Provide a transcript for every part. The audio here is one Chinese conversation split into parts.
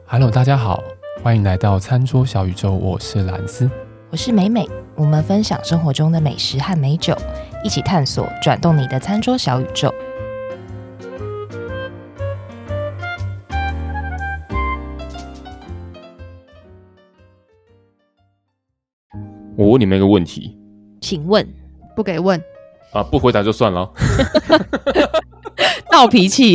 Hello， 大家好，欢迎来到餐桌小宇宙，我是蓝斯， 我是美美，我们分享生活中的美食和美酒，一起探索转动你的餐桌小宇宙。 我问你们一个问题， 请问？ 不给问啊，不回答就算了。 闹脾气。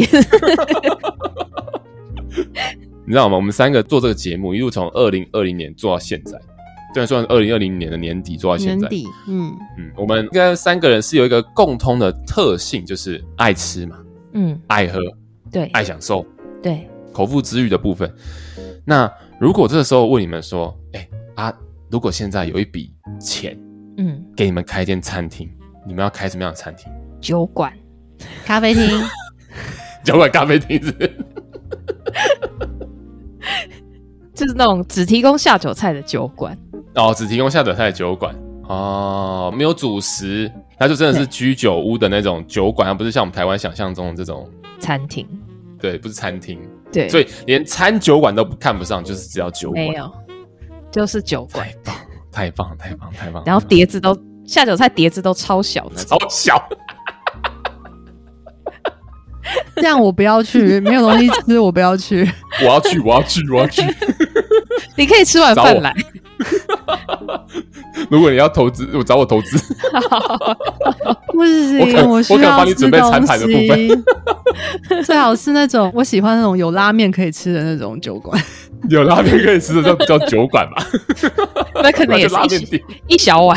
你知道吗？我们三个做这个节目，一路从2020年做到现在，就算2020年的年底做到现在。 年底， 我们应该三个人是有一个共通的特性，就是爱吃嘛，爱喝， 对， 爱享受， 对， 口腹之欲的部分。那如果这个时候问你们说，如果现在有一笔钱，给你们开一间餐厅，你们要开什么样的餐厅？ 酒馆、 咖啡厅， 酒馆、咖啡厅是就是那种只提供下酒菜的酒馆。 哦，只提供下酒菜的酒馆哦，没有主食，它就真的是居酒屋的那种酒馆，它不是像我们台湾想象中的这种餐厅。 对，不是餐厅。 对， 所以连餐酒馆都看不上，就是只要酒馆。 没有，就是酒馆。 太棒了，太棒了，太棒了！ 然后碟子都下酒菜碟子都超小的， 超小。 这样我不要去，没有东西吃，我不要去。 我要去。 你可以吃完饭来。 如果你要投资，找我投资。 不行，我需要吃东西。最好是那种我喜欢那种有拉面可以吃的那种酒馆。 有拉面可以吃的就叫酒馆吧。 那可能也是一小碗。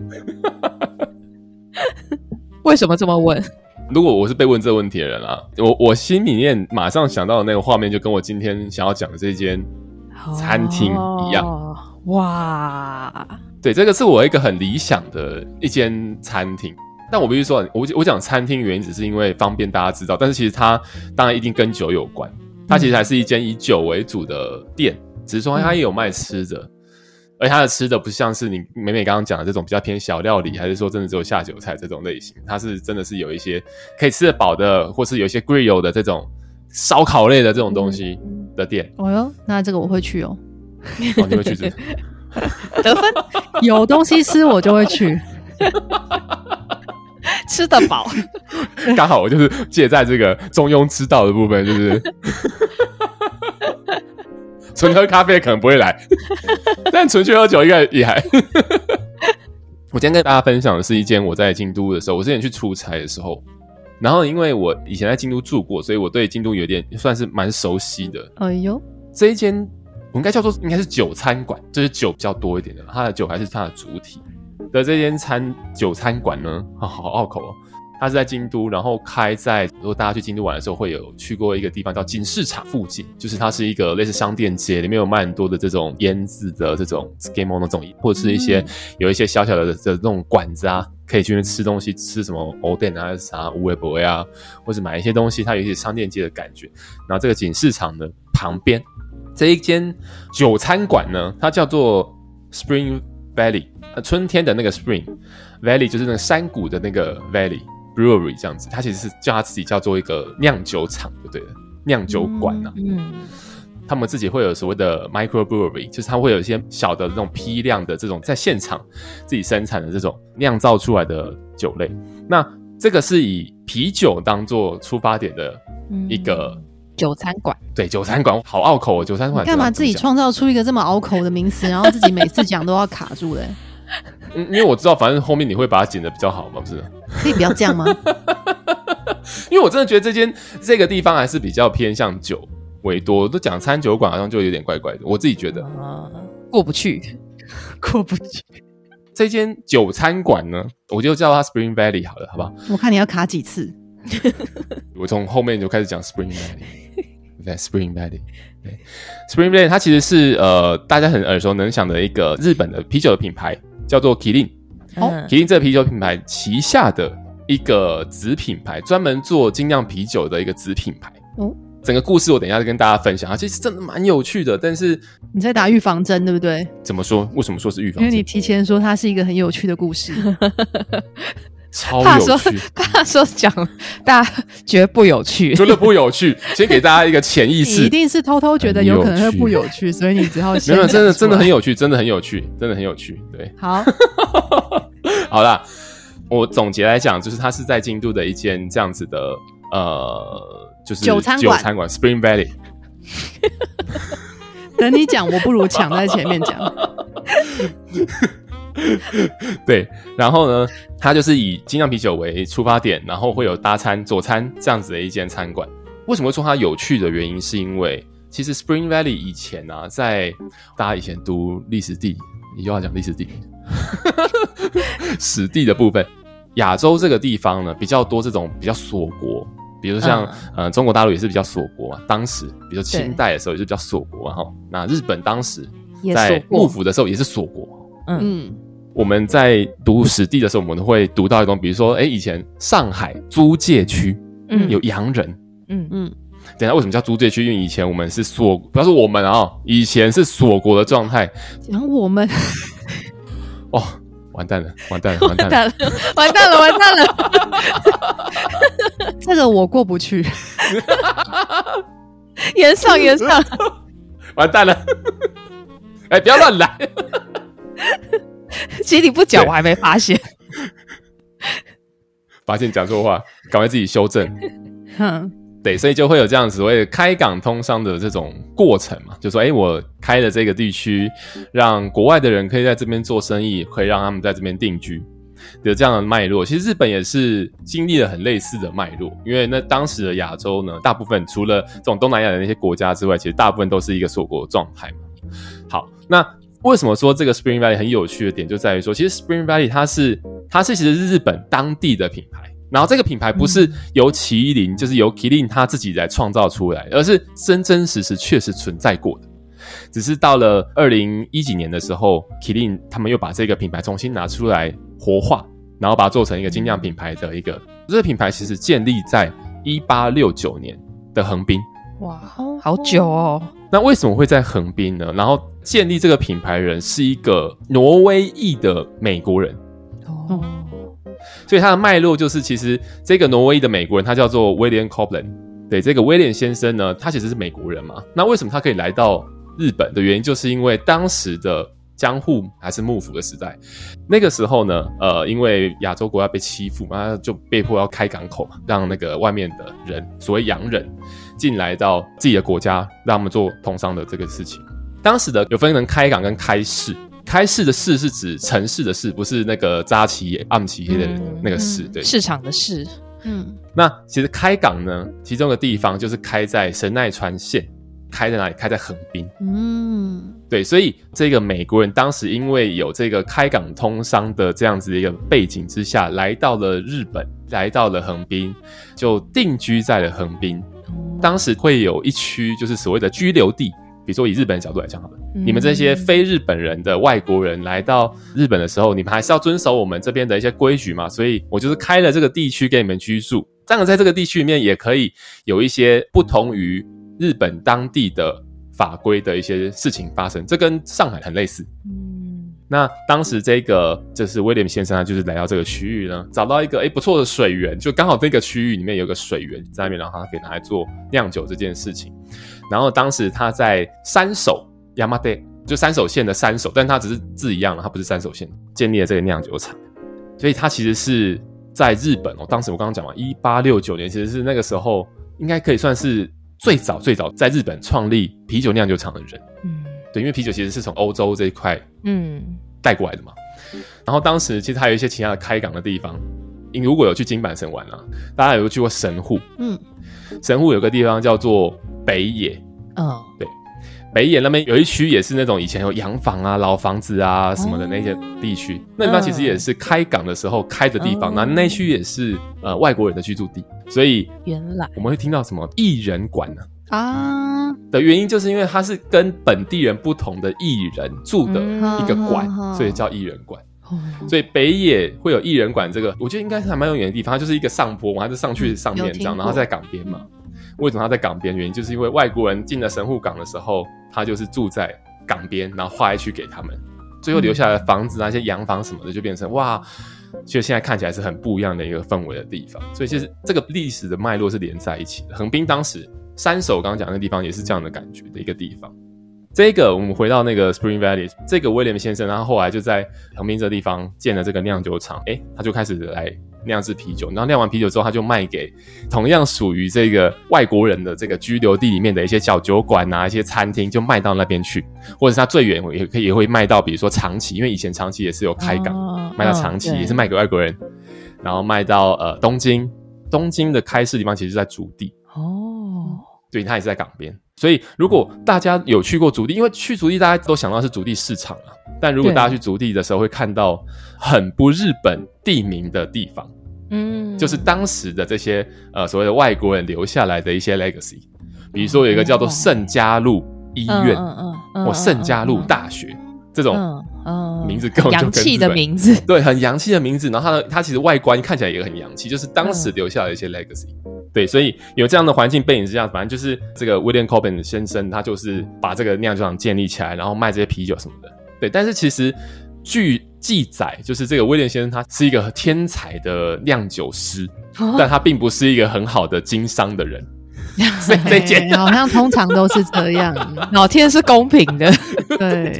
为什么这么问？ 如果我是被问这个问题的人啊，我心里面马上想到的那个画面，就跟我今天想要讲的这间餐厅一样。 哇， 对，这个是我一个很理想的一间餐厅。但我必须说，我讲餐厅原因只是因为方便大家知道，但是其实它当然一定跟酒有关。它其实还是一间以酒为主的店，只是说它也有卖吃的，而且它的吃的不像是你美美刚刚讲的这种比较偏小料理，还是说真的只有下酒菜这种类型，它是真的是有一些可以吃得饱的，或是有一些 grill 的这种烧烤类的这种东西的店。 哦哟，那这个我会去哦。 哦，你会去这个？ 得分， 有东西吃我就会去。 吃得饱， 刚好我就是介在这个中庸之道的部分，就是纯喝咖啡可能不会来，但纯去喝酒应该也还。我今天跟大家分享的是一间我在京都的时候，我之前去出差的时候，然后因为我以前在京都住过，所以我对京都有点算是蛮熟悉的。 哎呦， 这一间我应该是酒餐馆，就是酒比较多一点的，它的酒还是它的主体的这间酒餐馆呢，好拗口哦。它是在京都，然后开在如果大家去京都玩的时候，会有去过一个地方叫锦市场附近，就是它是一个类似商店街，里面有卖很多的这种腌制的这种 skimo 那种，或者是有一些小小的这种馆子啊，可以去那吃东西，吃什么藕店啊，还是啥乌龟不会啊，或者买一些东西，它有一些商店街的感觉。然后这个锦市场的旁边这一间酒餐馆呢，它叫做 Spring Valley， 春天的那个 Spring Valley 就是那个山谷的那个 Valley Brewery 这样子，它其实是叫它自己叫做一个酿酒厂就对了，酿酒馆啊。他们自己会有所谓的 micro brewery， 就是它会有一些小的这种批量的这种在现场自己生产的这种酿造出来的酒类。那这个是以啤酒当做出发点的一个酒餐馆。 对，酒餐馆好拗口哦，酒餐馆干嘛自己创造出一个这么拗口的名词，然后自己每次讲都要卡住嘞？ 因为我知道反正后面你会把它剪得比较好嘛，不是？ 可以不要这样吗？ 因为我真的觉得这个地方还是比较偏向酒为多，都讲餐酒馆好像就有点怪怪的，我自己觉得过不去。 这间酒餐馆呢，我就叫它 Spring Valley 好了，好不好？ 我看你要卡几次。 我从后面就开始讲 Spring Valley， 对 Spring Valley， 对 Spring Valley 它其实是大家很耳熟能详的一个日本的啤酒的品牌，叫做Kirin。Kirin 这个啤酒品牌旗下的一个子品牌，专门做精酿啤酒的一个子品牌。整个故事我等一下再跟大家分享，其实真的蛮有趣的。但是你在打预防针，对不对？ 怎么说？为什么说是预防针？ 因为你提前说它是一个很有趣的故事。 超有趣， 那时候讲大家觉得不有趣， 真的不有趣。先给大家一个潜意识， 你一定是偷偷觉得有可能会不有趣，所以你只好先没有，真的很有趣，真的很有趣，真的很有趣。对， 好， 好啦，我总结来讲，就是它是在京都的一间这样子的就是酒餐馆 Spring Valley。 等你讲，我不如抢在前面讲。 对，然后呢，它就是以精酿啤酒为出发点，然后会有搭餐、佐餐这样子的一间餐馆。为什么会说它有趣的原因，是因为其实 Spring Valley 以前啊，在大家以前读历史地，你又要讲历史地史地的部分，亚洲这个地方呢比较多这种比较锁国。比如像中国大陆也是比较锁国嘛，当时比如清代的时候也是比较锁国哈。那日本当时在幕府的时候也是锁国。我们在读史地的时候，我们会读到一种，比如说，以前上海租界区有洋人。等一下，为什么叫租界区？因为以前我们是锁，不要说我们啊，以前是锁国的状态。 讲我们哦。完蛋了！ 这个我过不去。 延上， 完蛋了！不要乱来！ 其实你不讲，我还没发现。 发现讲错话，赶快自己修正。对，所以就会有这样所谓的开港通商的这种过程嘛，就说我开了这个地区，让国外的人可以在这边做生意，可以让他们在这边定居的这样的脉络。其实日本也是经历了很类似的脉络，因为那当时的亚洲呢，大部分除了这种东南亚的那些国家之外，其实大部分都是一个锁国状态嘛。好，那为什么说这个 Spring Valley 很有趣的点就在于说，其实 Spring Valley 它是其实是日本当地的品牌。然后这个品牌不是由麒麟，就是由麒麟他自己来创造出来，而是真真实实确实存在过的。只是到了2010几年的时候，麒麟他们又把这个品牌重新拿出来活化，然后把它做成一个精酿品牌的一个。这个品牌其实建立在1869年的横滨。 哇，好久哦。 那为什么会在横滨呢？然后建立这个品牌人是一个挪威裔的美国人。所以他的脉络就是，其实这个挪威裔的美国人他叫做 William Copeland。 对，这个威廉先生呢，他其实是美国人嘛。那为什么他可以来到日本的原因，就是因为当时的江户还是幕府的时代，那个时候呢因为亚洲国家被欺负嘛，他就被迫要开港口嘛，让那个外面的人，所谓洋人进来到自己的国家，让他们做通商的这个事情。当时的有分成开港跟开市。开市的市是指城市的市，不是那个扎旗暗旗的那个市。对， 市场的市。 那其实开港呢，其中的地方就是开在神奈川县。开在哪里？开在横滨。对，所以这个美国人当时因为有这个开港通商的这样子的一个背景之下，来到了日本，来到了横滨，就定居在了横滨。当时会有一区就是所谓的居留地。比如说以日本的角度来讲好了，你们这些非日本人的外国人来到日本的时候，你们还是要遵守我们这边的一些规矩嘛，所以我就是开了这个地区给你们居住。当然在这个地区里面也可以有一些不同于日本当地的法规的一些事情发生，这跟上海很类似。那当时这个就是威廉先生，他就是来到这个区域呢，找到一个不错的水源，就刚好这个区域里面有个水源在那边，然后他可以拿来做酿酒这件事情。然后当时他在山手 Yamate， 就山手县的山手，但他只是字一样了，他不是山手县，建立了这个酿酒厂。所以他其实是在日本当时我刚刚讲完1869年，其实是那个时候应该可以算是最早在日本创立啤酒酿酒厂的人。对，因为啤酒其实是从欧洲这一块带过来的嘛。然后当时其实还有一些其他的开港的地方，你如果有去京阪神玩啊，大家有去过神户。神户有个地方叫做北野。对，北野那边有一区也是那种以前有洋房啊、老房子啊什么的那些地区，那地方其实也是开港的时候开的地方，那区也是外国人的居住地，所以原来我们会听到什么艺人馆呢？的原因就是因为它是跟本地人不同的艺人住的一个馆，所以叫艺人馆。所以北野会有艺人馆这个，我觉得应该是还蛮有远的地方，它就是一个上坡嘛，它就上去上面这样，然后在港边嘛。为什么他在港边？原因就是因为外国人进了神户港的时候，他就是住在港边，然后划一区给他们，最后留下来的房子啊，一些洋房什么的，就变成哇， 就现在看起来是很不一样的一个氛围的地方。所以其实这个历史的脉络是连在一起的。横滨当时山手刚刚讲的那个地方也是这样的感觉的一个地方。这个我们回到那个 Spring Valley， 这个威廉先生他后来就在横滨这个地方建了这个酿酒厂，他就开始来酿制啤酒，然后酿完啤酒之后他就卖给同样属于这个外国人的这个居留地里面的一些小酒馆啊，一些餐厅，就卖到那边去，或者是他最远也会卖到比如说长崎，因为以前长崎也是有开港，卖到长崎也是卖给外国人，然后卖到东京的开市地方其实是在竹地对，它也是在港边。所以如果大家有去过竹地，因为去竹地大家都想到是竹地市场啊，但如果大家去竹地的时候会看到很不日本地名的地方，就是当时的这些所谓的外国人留下来的一些 legacy， 比如说有一个叫做圣加禄医院或圣加禄大学，这种名字根本就跟洋气的名字， 对，很洋气的名字，然后它其实外观看起来也很洋气，就是当时留下的一些 legacy。对，所以有这样的环境背景之下，反正就是这个 William Coben 先生，他就是把这个酿酒厂建立起来，然后卖这些啤酒什么的。对，但是其实据记载，就是这个威廉先生他是一个天才的酿酒师，但他并不是一个很好的经商的人。所以这件好像通常都是这样， 老天是公平的。 对，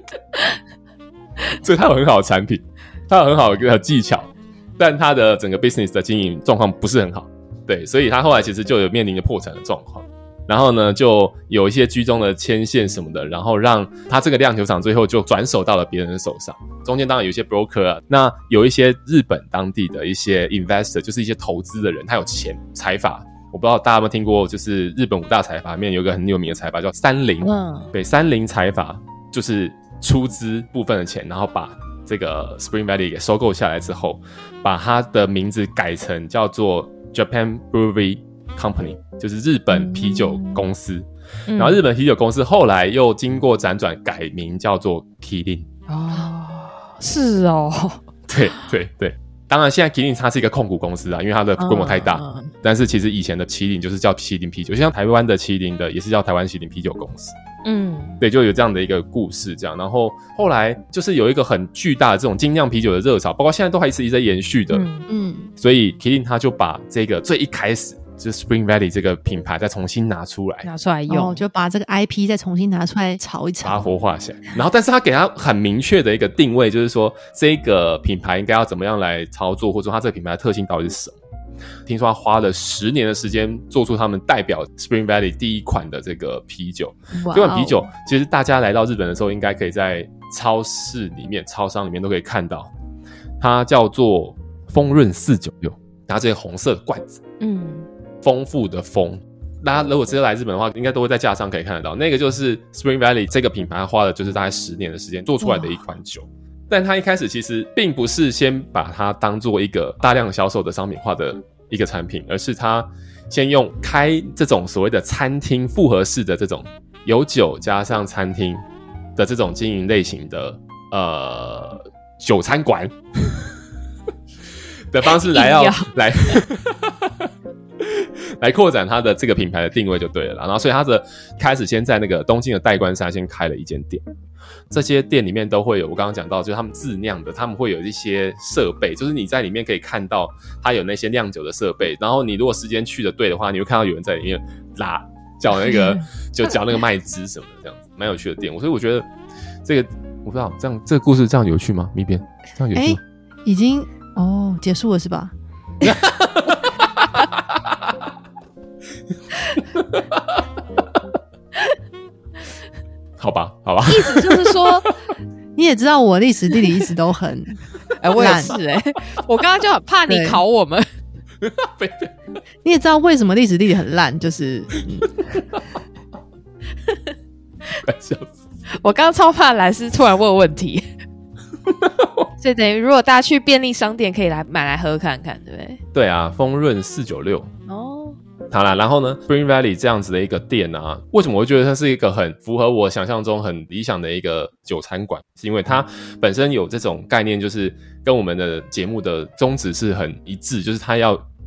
所以他有很好的产品，他有很好的技巧，但他的整个 business 的经营状况不是很好。对，所以他后来其实就有面临着破产的状况，然后呢就有一些居中的牵线什么的，然后让他这个酿酒厂最后就转手到了别人的手上。中间当然有一些 broker 啊，那有一些日本当地的一些 investor， 就是一些投资的人，他有钱财阀。我不知道大家有没有听过，就是日本五大财阀里面有一个很有名的财阀叫三菱，对，三菱财阀就是出资部分的钱，然后把这个 Spring Valley 给收购下来之后，把它的名字改成叫做Japan Brewery Company， 就是日本啤酒公司。然后日本啤酒公司后来又经过辗转改名叫做 Kirin。 是哦， 对对对，当然现在 Kirin 它是一个控股公司啊，因为它的规模太大。但是其实以前的麒麟就是叫麒麟啤酒，像台湾的麒麟的也是叫台湾麒麟啤酒公司。对，就有这样的一个故事这样。然后后来就是有一个很巨大的这种精酿啤酒的热潮，包括现在都还一直在延续的。所以 Kirin 他就把这个最一开始就是 Spring Valley 这个品牌再重新拿出来用， 就把这个 IP 再重新拿出来炒一炒， 把它活化起来。然后但是他给他很明确的一个定位，就是说这个品牌应该要怎么样来操作，或者说他这个品牌的特性到底是什么。听说他花了10年的时间做出他们代表 Spring Valley 第一款的这个啤酒。这款啤酒其实大家来到日本的时候应该可以在超市里面超商里面都可以看到，它叫做丰润496，它这个红色的罐子，丰富的丰，大家如果直接来日本的话应该都会在架上可以看得到，那个就是 Spring Valley 这个品牌花了就是大概10年的时间做出来的一款酒。但他一开始其实并不是先把它当做一个大量销售的商品化的一个产品，而是他先用开这种所谓的餐厅复合式的这种有酒加上餐厅的这种经营类型的酒餐馆的方式来扩展它的这个品牌的定位就对了啦。然后所以他的开始先在那个东京的代官山先开了一间店，这些店里面都会有我刚刚讲到就是他们自酿的，他们会有一些设备，就是你在里面可以看到它有那些酿酒的设备，然后你如果时间去的对的话，你会看到有人在里面搅那个就搅那个麦汁什么的，这样子蛮有趣的店。所以我觉得这个我不知道这样这个故事这样有趣吗？咪边这样有趣吗？ 已经结束了是吧？ 好吧， 意思就是说，你也知道我历史地理一直都很我也是我刚刚就很怕你考我们。 你也知道为什么历史地理很烂，就是笑死！ 我刚刚超怕莱斯突然问问题，所以等于如果大家去便利商店可以来买来喝看看，对不对？ 对啊，丰润496好啦，然后呢 Spring Valley 这样子的一个店啊，为什么我会觉得它是一个很符合我想象中很理想的一个酒餐馆，是因为它本身有这种概念，就是跟我们的节目的宗旨是很一致，就是它要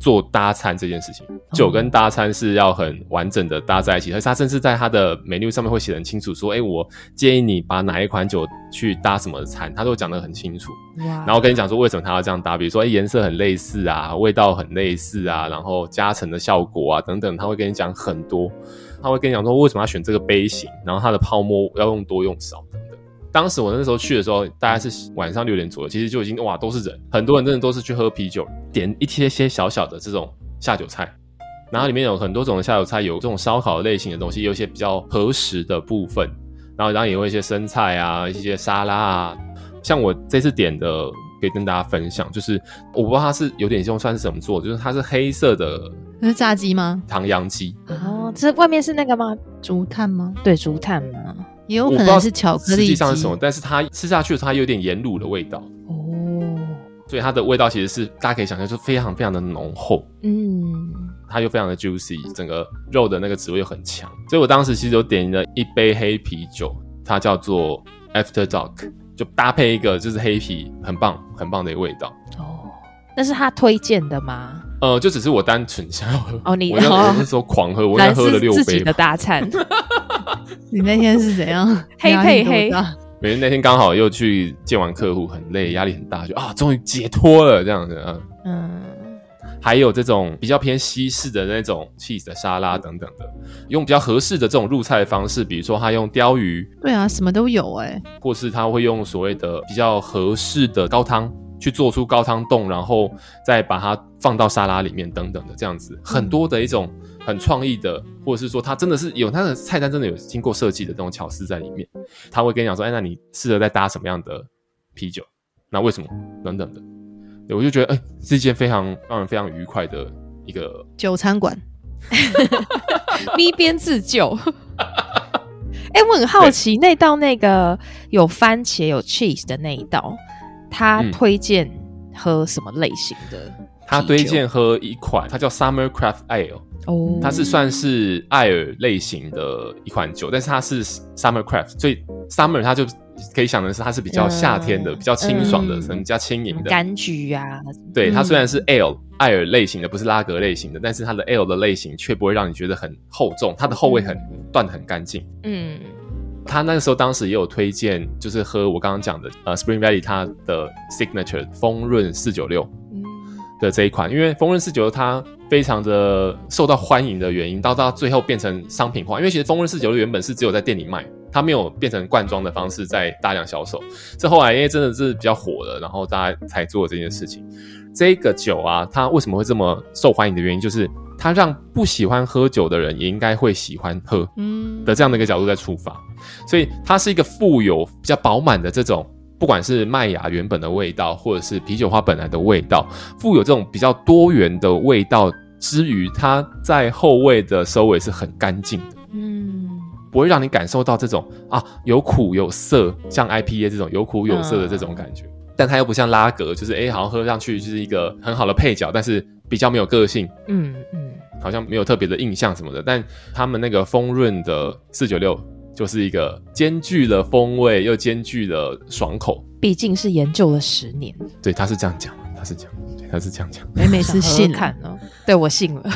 做搭餐这件事情，酒跟搭餐是要很完整的搭在一起，而且他甚至在他的 menu 上面会写得很清楚说我建议你把哪一款酒去搭什么餐，他都讲得很清楚。然后跟你讲说为什么他要这样搭，比如说颜色很类似啊，味道很类似啊，然后加成的效果啊等等，他会跟你讲很多。他会跟你讲说为什么要选这个杯型，然后它的泡沫要用多用少等等。当时我那时候去的时候大概是晚上6点左右，其实就已经哇都是人，很多人真的都是去喝啤酒，点一些小小的这种下酒菜，然后里面有很多种的下酒菜，有这种烧烤类型的东西，有一些比较合食的部分，然后也会一些生菜啊，一些沙拉啊。像我这次点的可以跟大家分享，就是我不知道它是有点像算是怎么做的，就是它是黑色的， 那是炸鸡吗？ 唐扬鸡。 这外面是那个吗？ 竹炭吗？ 对，竹炭吗？ 也有可能是巧克力鸡。 实际上是什么？但是它吃下去的时候，它有点盐卤的味道。所以它的味道其实是大家可以想象，就非常非常的浓厚。它又非常的 juicy， 整个肉的那个滋味又很强。所以我当时其实有点了一杯黑啤酒，它叫做 After Dark， 就搭配一个就是黑啤，很棒很棒的一个味道。 那是他推荐的吗？ 就只是我单纯想要喝。 我那时候狂喝，我应该喝了6杯吧。 自己的大餐。 你那天是怎样？ 黑配黑。 每天那天刚好又去见完客户，很累，压力很大，就终于解脱了这样子啊。还有这种比较偏西式的那种 cheese 的沙拉等等的，用比较合适的这种入菜的方式，比如说他用鲷鱼， 对啊，什么都有或是他会用所谓的比较合适的高汤去做出高汤冻，然后再把它放到沙拉里面等等的这样子，很多的一种很创意的，或者是说他真的是有他的菜单真的有经过设计的这种巧思在里面。他会跟你讲说，那你适合再搭什么样的啤酒，那为什么等等的。对，我就觉得是一件让人非常愉快的一个酒餐馆。 咪边自救。我很好奇那道那个有番茄有 cheese 的那一道，他推荐喝什么类型的啤酒？ 他推荐喝一款，它叫 Summer Craft Ale。它是算是艾尔类型的一款酒，但是它是 Summer Craft， 所以 Summer 它就可以想的是它是比较夏天的，比较清爽的，比较轻盈的柑橘啊。 对，它虽然是 Ale 艾尔类型的，不是拉格类型的，但是它的 Ale 的类型却不会让你觉得很厚重，它的后味断得很干净。他那个时候当时也有推荐，就是喝我刚刚讲的Spring Valley 它的 Signature 丰润496的这一款，因为丰润496它非常的受到欢迎的原因，到最后变成商品化，因为其实丰润496原本是只有在店里卖，它没有变成罐装的方式在大量销售，这后来因为真的是比较火了，然后大家才做这件事情。这个酒啊，它为什么会这么受欢迎的原因，就是它让不喜欢喝酒的人也应该会喜欢喝的这样的一个角度在出发，所以它是一个富有比较饱满的这种，不管是麦芽原本的味道，或者是啤酒花本来的味道，富有这种比较多元的味道之余，它在后味的收尾是很干净的，不会让你感受到这种有苦有涩，像 IPA 这种有苦有涩的这种感觉。但它又不像拉格，就是好像喝上去就是一个很好的配角，但是比较没有个性，好像没有特别的印象什么的。但他们那个丰润的496就是一个兼具了风味又兼具了爽口， 毕竟是研究了10年。 对，他是这样讲，他是这样讲。 美是信看了，对，我信了。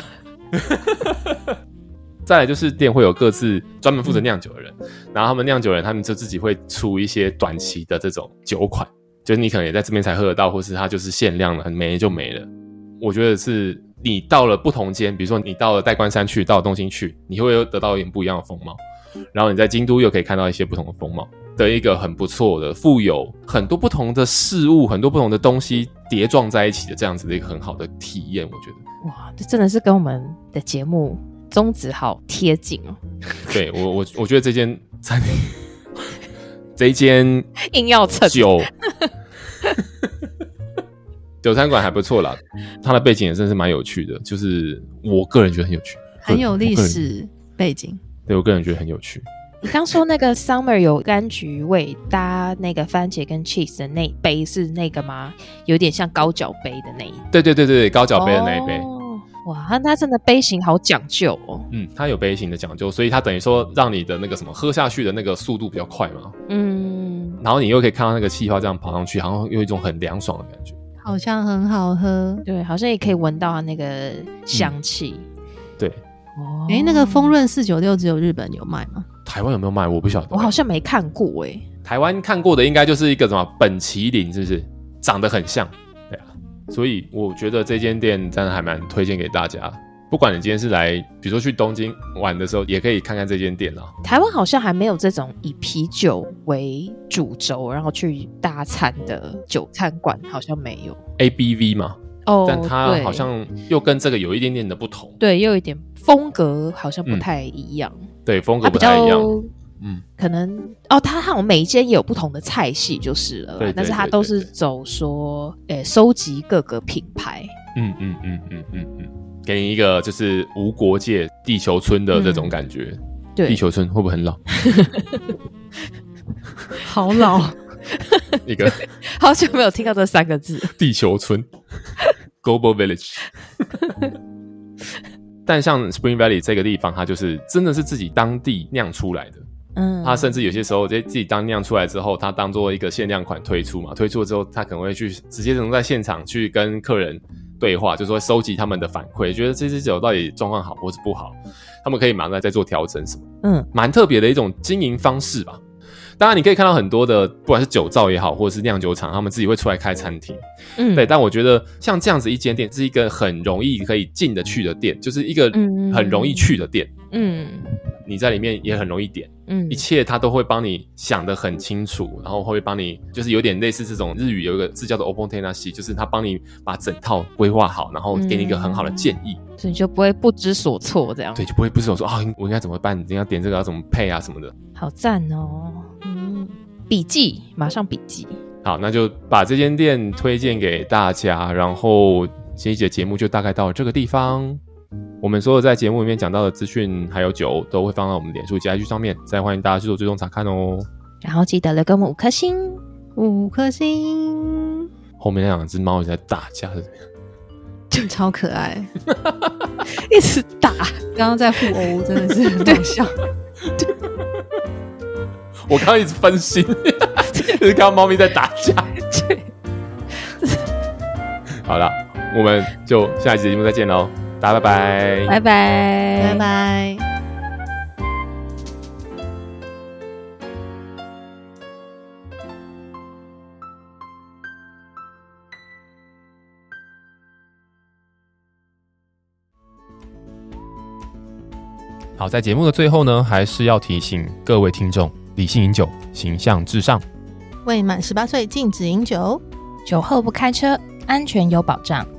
再来就是店会有各自专门负责酿酒的人，然后他们酿酒人他们就自己会出一些短期的这种酒款，就是你可能也在这边才喝得到，或是它就是限量了，很没就没了。我觉得是你到了不同间，比如说你到了代官山去，到了东兴去，你会得到一点不一样的风貌，然后你在京都又可以看到一些不同的风貌的一个很不错的富有很多不同的事物，很多不同的东西叠撞在一起的这样子的一个很好的体验。我觉得哇，这真的是跟我们的节目宗旨好贴近哦。 对，我觉得这间餐厅这一间硬要蹭酒餐馆还不错啦，它的背景也真是蛮有趣的，就是我个人觉得很有趣， 很有历史背景。 对，我个人觉得很有趣。 你刚说那个 Summer 有柑橘味搭那个番茄跟 cheese 的那杯是那个吗？有点像高脚杯的那一杯。 对，高脚杯的那一杯。 哇，它真的杯型好讲究哦。 它有杯型的讲究，所以它等于说让你的那个什么喝下去的那个速度比较快嘛。然后你又可以看到那个气泡这样跑上去，好像有一种很凉爽的感觉。 好像很好喝。 对，好像也可以闻到它那个香气。 对， 哦， 那个丰润496只有日本有卖吗？ 台湾有没有卖我不晓得， 我好像没看过台湾看过的应该就是一个什么本麒麟，是不是长得很像？对啊，所以我觉得这间店真的还蛮推荐给大家。不管你今天是来，比如说去东京玩的时候，也可以看看这间店啦。 台湾好像还没有这种以啤酒为主轴，然后去搭餐的酒餐馆，好像没有。 ABV 嘛，但它好像又跟这个有一点点的不同。 对，又有一点风格好像不太一样。 对，风格不太一样。 可能它好像每一间也有不同的菜系就是了， 对， 但是它都是走说，收集各个品牌。 给你一个就是无国界地球村的这种感觉。对，地球村会不会很老？ 好老， 一个好久没有听到这3个字。 地球村 ，Global Village。但像 Spring Valley 这个地方，它就是真的是自己当地酿出来的。它甚至有些时候自己当酿出来之后，它当做一个限量款推出嘛，推出了之后，它可能会去直接能在现场去跟客人对话，就是说收集他们的反馈，觉得这支酒到底状况好或是不好，他们可以马上再做调整什么。蛮特别的一种经营方式吧。当然你可以看到很多的不管是酒造也好，或者是酿酒厂，他们自己会出来开餐厅。对，但我觉得像这样子一间店是一个很容易可以进得去的店，就是一个很容易去的店。你在里面也很容易点，一切他都会帮你想得很清楚，然后会帮你就是有点类似这种日语有一个字叫做 omotenashi， 就是他帮你把整套规划好，然后给你一个很好的建议， 所以你就不会不知所措这样。 对，就不会不知所措我应该怎么办？你要点这个要怎么配啊什么的。 好赞哦！笔记，马上笔记。 好，那就把这间店推荐给大家，然后这一节节目就大概到这个地方。我们所有在节目里面讲到的资讯还有酒都会放到我们脸书及 IG 上面，再欢迎大家去做追踪查看哦。 然后记得了给我们5颗星 ，5颗星。 后面那2只猫一直在打架是怎么样？ 就超可爱， 一直打， 刚刚在互殴，真的是很好笑。 我刚刚一直分心，就是看到猫咪在打架。好了，我们就下一集节目再见喽。大家拜拜， 拜拜， 拜拜。 好，在节目的最后呢，还是要提醒各位听众，理性饮酒，形象至上。 未满18岁禁止饮酒， 酒后不开车，安全有保障。